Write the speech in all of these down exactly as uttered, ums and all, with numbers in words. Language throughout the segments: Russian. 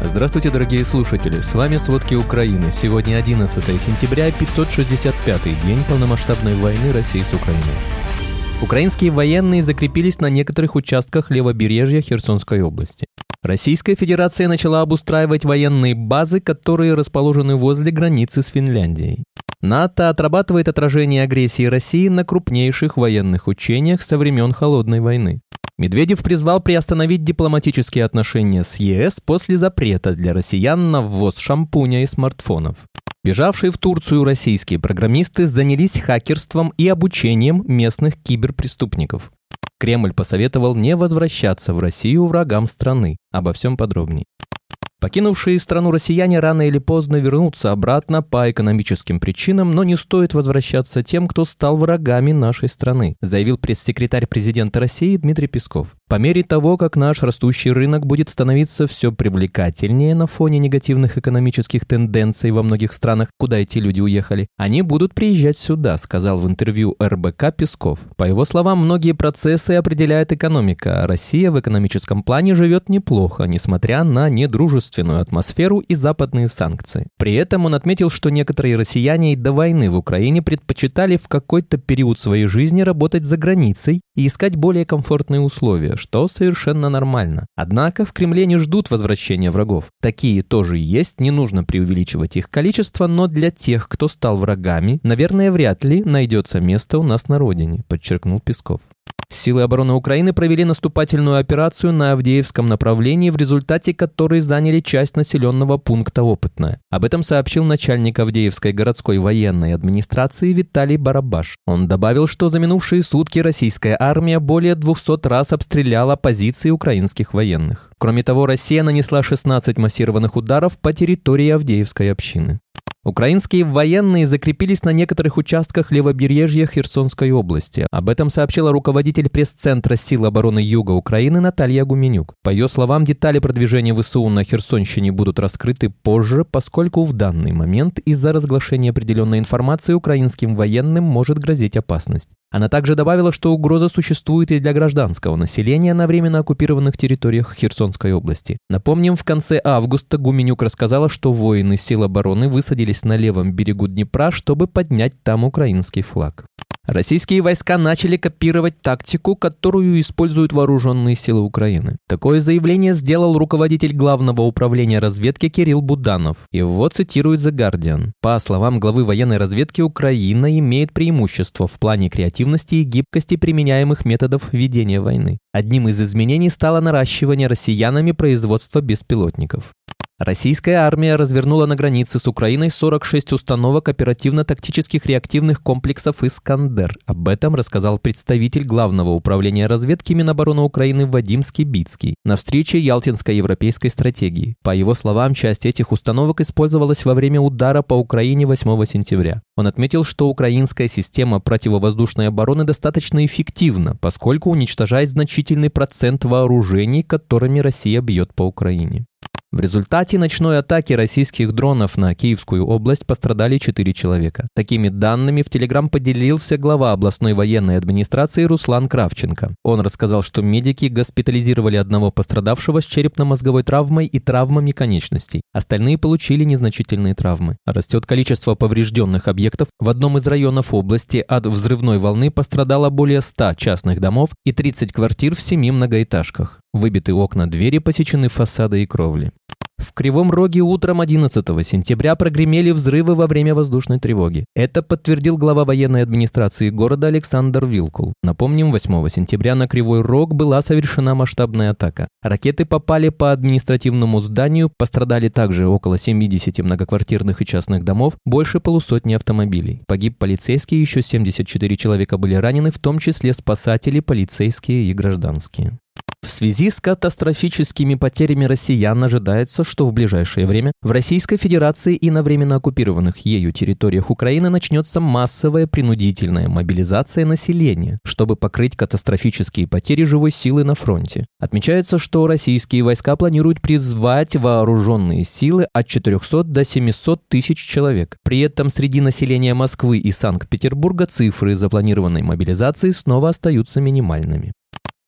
Здравствуйте, дорогие слушатели, с вами «Сводки Украины». Сегодня одиннадцатое сентября, пятьсот шестьдесят пятый день полномасштабной войны России с Украиной. Украинские военные закрепились на некоторых участках левобережья Херсонской области. Российская Федерация начала обустраивать военные базы, которые расположены возле границы с Финляндией. НАТО отрабатывает отражение агрессии России на крупнейших военных учениях со времен Холодной войны. Медведев призвал приостановить дипломатические отношения с ЕС после запрета для россиян на ввоз шампуня и смартфонов. Бежавшие в Турцию российские программисты занялись хакерством и обучением местных киберпреступников. Кремль посоветовал не возвращаться в Россию врагам страны. Обо всем подробнее. Покинувшие страну россияне рано или поздно вернутся обратно по экономическим причинам, но не стоит возвращаться тем, кто стал врагами нашей страны, заявил пресс-секретарь президента России Дмитрий Песков. По мере того, как наш растущий рынок будет становиться все привлекательнее на фоне негативных экономических тенденций во многих странах, куда эти люди уехали, они будут приезжать сюда, сказал в интервью эр бэ ка Песков. По его словам, многие процессы определяет экономика, а Россия в экономическом плане живет неплохо, несмотря на недружественность атмосферу и западные санкции. При этом он отметил, что некоторые россияне и до войны в Украине предпочитали в какой-то период своей жизни работать за границей и искать более комфортные условия, что совершенно нормально. Однако в Кремле не ждут возвращения врагов. Такие тоже есть, не нужно преувеличивать их количество, но для тех, кто стал врагами, наверное, вряд ли найдется место у нас на родине, подчеркнул Песков. Силы обороны Украины провели наступательную операцию на Авдеевском направлении, в результате которой заняли часть населенного пункта Опытное. Об этом сообщил начальник Авдеевской городской военной администрации Виталий Барабаш. Он добавил, что за минувшие сутки российская армия более двухсот раз обстреляла позиции украинских военных. Кроме того, Россия нанесла шестнадцать массированных ударов по территории Авдеевской общины. Украинские военные закрепились на некоторых участках левобережья Херсонской области. Об этом сообщила руководитель пресс-центра сил обороны Юга Украины Наталья Гуменюк. По ее словам, детали продвижения вэ эс у на Херсонщине будут раскрыты позже, поскольку в данный момент из-за разглашения определенной информации украинским военным может грозить опасность. Она также добавила, что угроза существует и для гражданского населения на временно оккупированных территориях Херсонской области. Напомним, в конце августа Гуменюк рассказала, что воины сил обороны высадились на левом берегу Днепра, чтобы поднять там украинский флаг. Российские войска начали копировать тактику, которую используют вооруженные силы Украины. Такое заявление сделал руководитель Главного управления разведки Кирилл Буданов. Его цитирует The Guardian. По словам главы военной разведки, Украина имеет преимущество в плане креативности и гибкости применяемых методов ведения войны. Одним из изменений стало наращивание россиянами производства беспилотников. Российская армия развернула на границе с Украиной сорок шесть установок оперативно-тактических реактивных комплексов «Искандер». Об этом рассказал представитель Главного управления разведки Минобороны Украины Вадим Скибицкий на встрече Ялтинской европейской стратегии. По его словам, часть этих установок использовалась во время удара по Украине восьмого сентября. Он отметил, что украинская система противовоздушной обороны достаточно эффективна, поскольку уничтожает значительный процент вооружений, которыми Россия бьет по Украине. В результате ночной атаки российских дронов на Киевскую область пострадали четыре человека. Такими данными в Телеграм поделился глава областной военной администрации Руслан Кравченко. Он рассказал, что медики госпитализировали одного пострадавшего с черепно-мозговой травмой и травмами конечностей. Остальные получили незначительные травмы. Растет количество поврежденных объектов. В одном из районов области от взрывной волны пострадало более ста частных домов и тридцать квартир в семи многоэтажках. Выбиты окна, двери, посечены фасады и кровли. В Кривом Роге утром одиннадцатого сентября прогремели взрывы во время воздушной тревоги. Это подтвердил глава военной администрации города Александр Вилкул. Напомним, восьмого сентября на Кривой Рог была совершена масштабная атака. Ракеты попали по административному зданию, пострадали также около семидесяти многоквартирных и частных домов, больше полусотни автомобилей. Погиб полицейский, еще семьдесят четыре человека были ранены, в том числе спасатели, полицейские и гражданские. В связи с катастрофическими потерями россиян ожидается, что в ближайшее время в Российской Федерации и на временно оккупированных ею территориях Украины начнется массовая принудительная мобилизация населения, чтобы покрыть катастрофические потери живой силы на фронте. Отмечается, что российские войска планируют призвать вооруженные силы от четырехсот до семисот тысяч человек. При этом среди населения Москвы и Санкт-Петербурга цифры запланированной мобилизации снова остаются минимальными.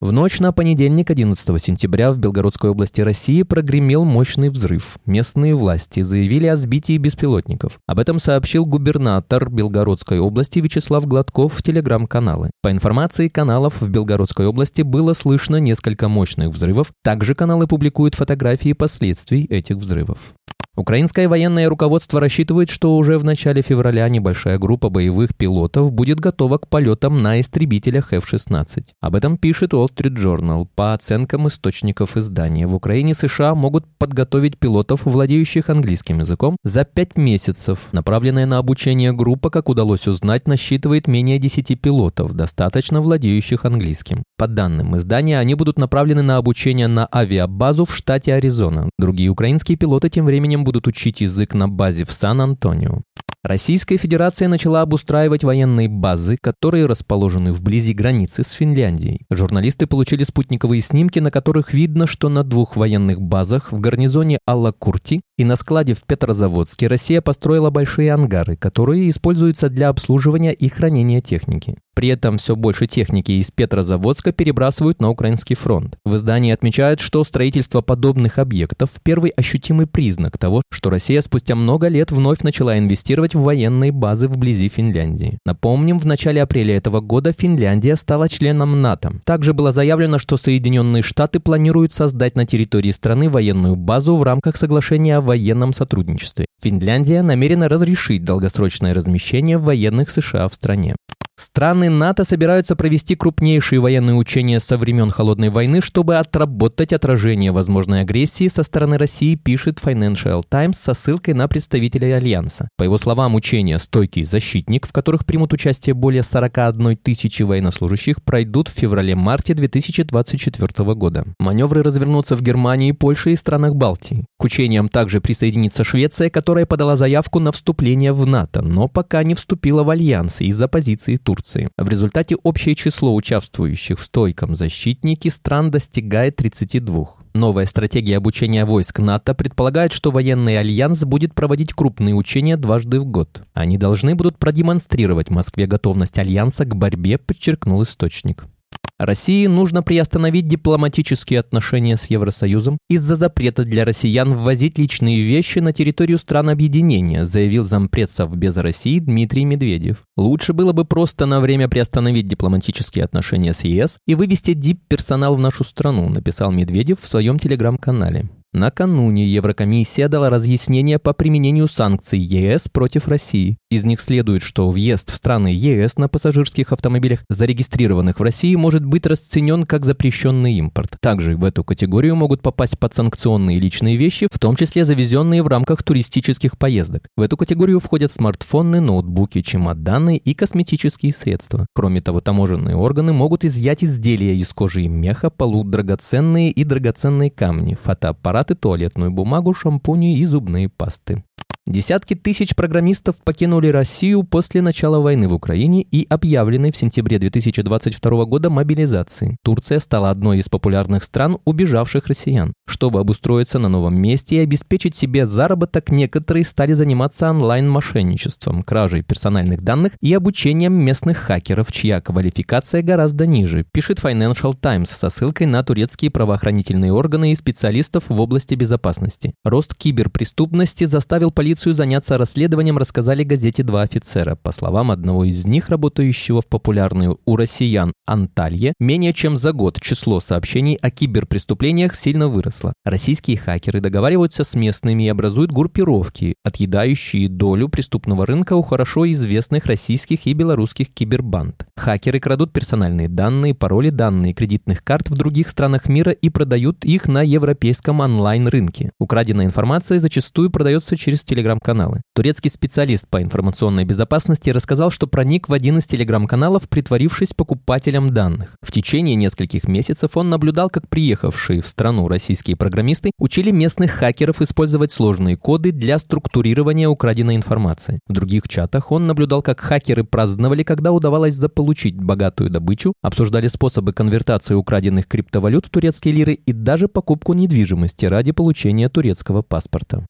В ночь на понедельник, одиннадцатого сентября, в Белгородской области России прогремел мощный взрыв. Местные власти заявили о сбитии беспилотников. Об этом сообщил губернатор Белгородской области Вячеслав Гладков в телеграм-каналы. По информации каналов, в Белгородской области было слышно несколько мощных взрывов. Также каналы публикуют фотографии последствий этих взрывов. Украинское военное руководство рассчитывает, что уже в начале февраля небольшая группа боевых пилотов будет готова к полетам на истребителях эф шестнадцать. Об этом пишет Wall Street Journal. По оценкам источников издания, в Украине США могут подготовить пилотов, владеющих английским языком, за пять месяцев. Направленная на обучение группа, как удалось узнать, насчитывает менее десяти пилотов, достаточно владеющих английским. По данным издания, они будут направлены на обучение на авиабазу в штате Аризона. Другие украинские пилоты тем временем будут учить язык на базе в Сан-Антонио. Российская Федерация начала обустраивать военные базы, которые расположены вблизи границы с Финляндией. Журналисты получили спутниковые снимки, на которых видно, что на двух военных базах в гарнизоне Алла-Курти и на складе в Петрозаводске Россия построила большие ангары, которые используются для обслуживания и хранения техники. При этом все больше техники из Петрозаводска перебрасывают на украинский фронт. В издании отмечают, что строительство подобных объектов – первый ощутимый признак того, что Россия спустя много лет вновь начала инвестировать в военные базы вблизи Финляндии. Напомним, в начале апреля этого года Финляндия стала членом НАТО. Также было заявлено, что Соединенные Штаты планируют создать на территории страны военную базу в рамках соглашения о военном сотрудничестве. Финляндия намерена разрешить долгосрочное размещение военных США в стране. Страны НАТО собираются провести крупнейшие военные учения со времен Холодной войны, чтобы отработать отражение возможной агрессии со стороны России, пишет Financial Times со ссылкой на представителей Альянса. По его словам, учения «Стойкий защитник», в которых примут участие более сорок одной тысячи военнослужащих, пройдут в феврале-марте две тысячи двадцать четвёртого года. Маневры развернутся в Германии, Польше и странах Балтии. К учениям также присоединится Швеция, которая подала заявку на вступление в НАТО, но пока не вступила в Альянс из-за позиции Турции. В результате общее число участвующих в стойком защитнике стран достигает тридцати двух. Новая стратегия обучения войск НАТО предполагает, что военный альянс будет проводить крупные учения дважды в год. Они должны будут продемонстрировать Москве готовность альянса к борьбе, подчеркнул источник. России нужно приостановить дипломатические отношения с Евросоюзом из-за запрета для россиян ввозить личные вещи на территорию стран объединения, заявил зампред Совбеза России Дмитрий Медведев. Лучше было бы просто на время приостановить дипломатические отношения с ЕС и вывести дип-персонал в нашу страну, написал Медведев в своем телеграм-канале. Накануне Еврокомиссия дала разъяснение по применению санкций ЕС против России. Из них следует, что въезд в страны ЕС на пассажирских автомобилях, зарегистрированных в России, может быть расценен как запрещенный импорт. Также в эту категорию могут попасть подсанкционные личные вещи, в том числе завезенные в рамках туристических поездок. В эту категорию входят смартфоны, ноутбуки, чемоданы и косметические средства. Кроме того, таможенные органы могут изъять изделия из кожи и меха, полудрагоценные и драгоценные камни, фотоаппараты, туалетную бумагу, шампуни и зубные пасты. Десятки тысяч программистов покинули Россию после начала войны в Украине и объявленной в сентябре две тысячи двадцать второго года мобилизации. Турция стала одной из популярных стран убежавших россиян. Чтобы обустроиться на новом месте и обеспечить себе заработок, некоторые стали заниматься онлайн-мошенничеством, кражей персональных данных и обучением местных хакеров, чья квалификация гораздо ниже, пишет Financial Times со ссылкой на турецкие правоохранительные органы и специалистов в области безопасности. Рост киберпреступности заставил полицию заняться расследованием, рассказали газете два офицера. По словам одного из них, работающего в популярную у россиян Анталье, менее чем за год число сообщений о киберпреступлениях сильно выросло. Российские хакеры договариваются с местными и образуют группировки, отъедающие долю преступного рынка у хорошо известных российских и белорусских кибербанд. Хакеры крадут персональные данные, пароли, данные кредитных карт в других странах мира и продают их на европейском онлайн-рынке. Украденная информация зачастую продается через телеграм-каналы. Турецкий специалист по информационной безопасности рассказал, что проник в один из телеграм-каналов, притворившись покупателем данных. В течение нескольких месяцев он наблюдал, как приехавшие в страну российские программисты учили местных хакеров использовать сложные коды для структурирования украденной информации. В других чатах он наблюдал, как хакеры праздновали, когда удавалось заполучить богатую добычу, обсуждали способы конвертации украденных криптовалют в турецкие лиры и даже покупку недвижимости ради получения турецкого паспорта.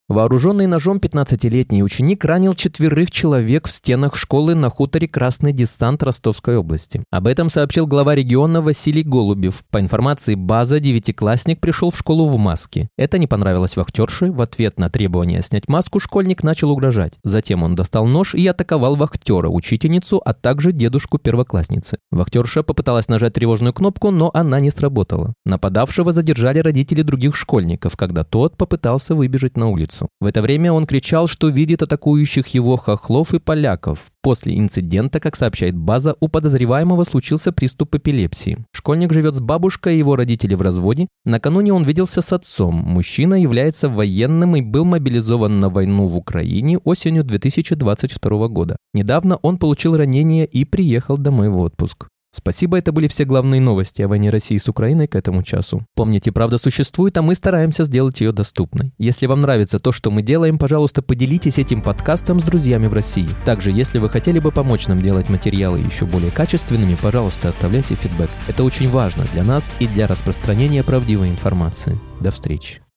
Вооруженный ножом пятнадцатилетний ученик ранил четверых человек в стенах школы на хуторе Красный Десант Ростовской области. Об этом сообщил глава региона Василий Голубев. По информации БАЗа, девятиклассник пришел в школу в маске. Это не понравилось вахтерше. В ответ на требование снять маску школьник начал угрожать. Затем он достал нож и атаковал вахтера, учительницу, а также дедушку первоклассницы. Вахтерша попыталась нажать тревожную кнопку, но она не сработала. Нападавшего задержали родители других школьников, когда тот попытался выбежать на улицу. В это время он кричал, что видит атакующих его хохлов и поляков. После инцидента, как сообщает БАЗа, у подозреваемого случился приступ эпилепсии. Школьник живет с бабушкой, его родители в разводе. Накануне он виделся с отцом. Мужчина является военным и был мобилизован на войну в Украине осенью две тысячи двадцать второго года. Недавно он получил ранение и приехал домой в отпуск. Спасибо, это были все главные новости о войне России с Украиной к этому часу. Помните, правда существует, а мы стараемся сделать ее доступной. Если вам нравится то, что мы делаем, пожалуйста, поделитесь этим подкастом с друзьями в России. Также, если вы хотели бы помочь нам делать материалы еще более качественными, пожалуйста, оставляйте фидбэк. Это очень важно для нас и для распространения правдивой информации. До встречи.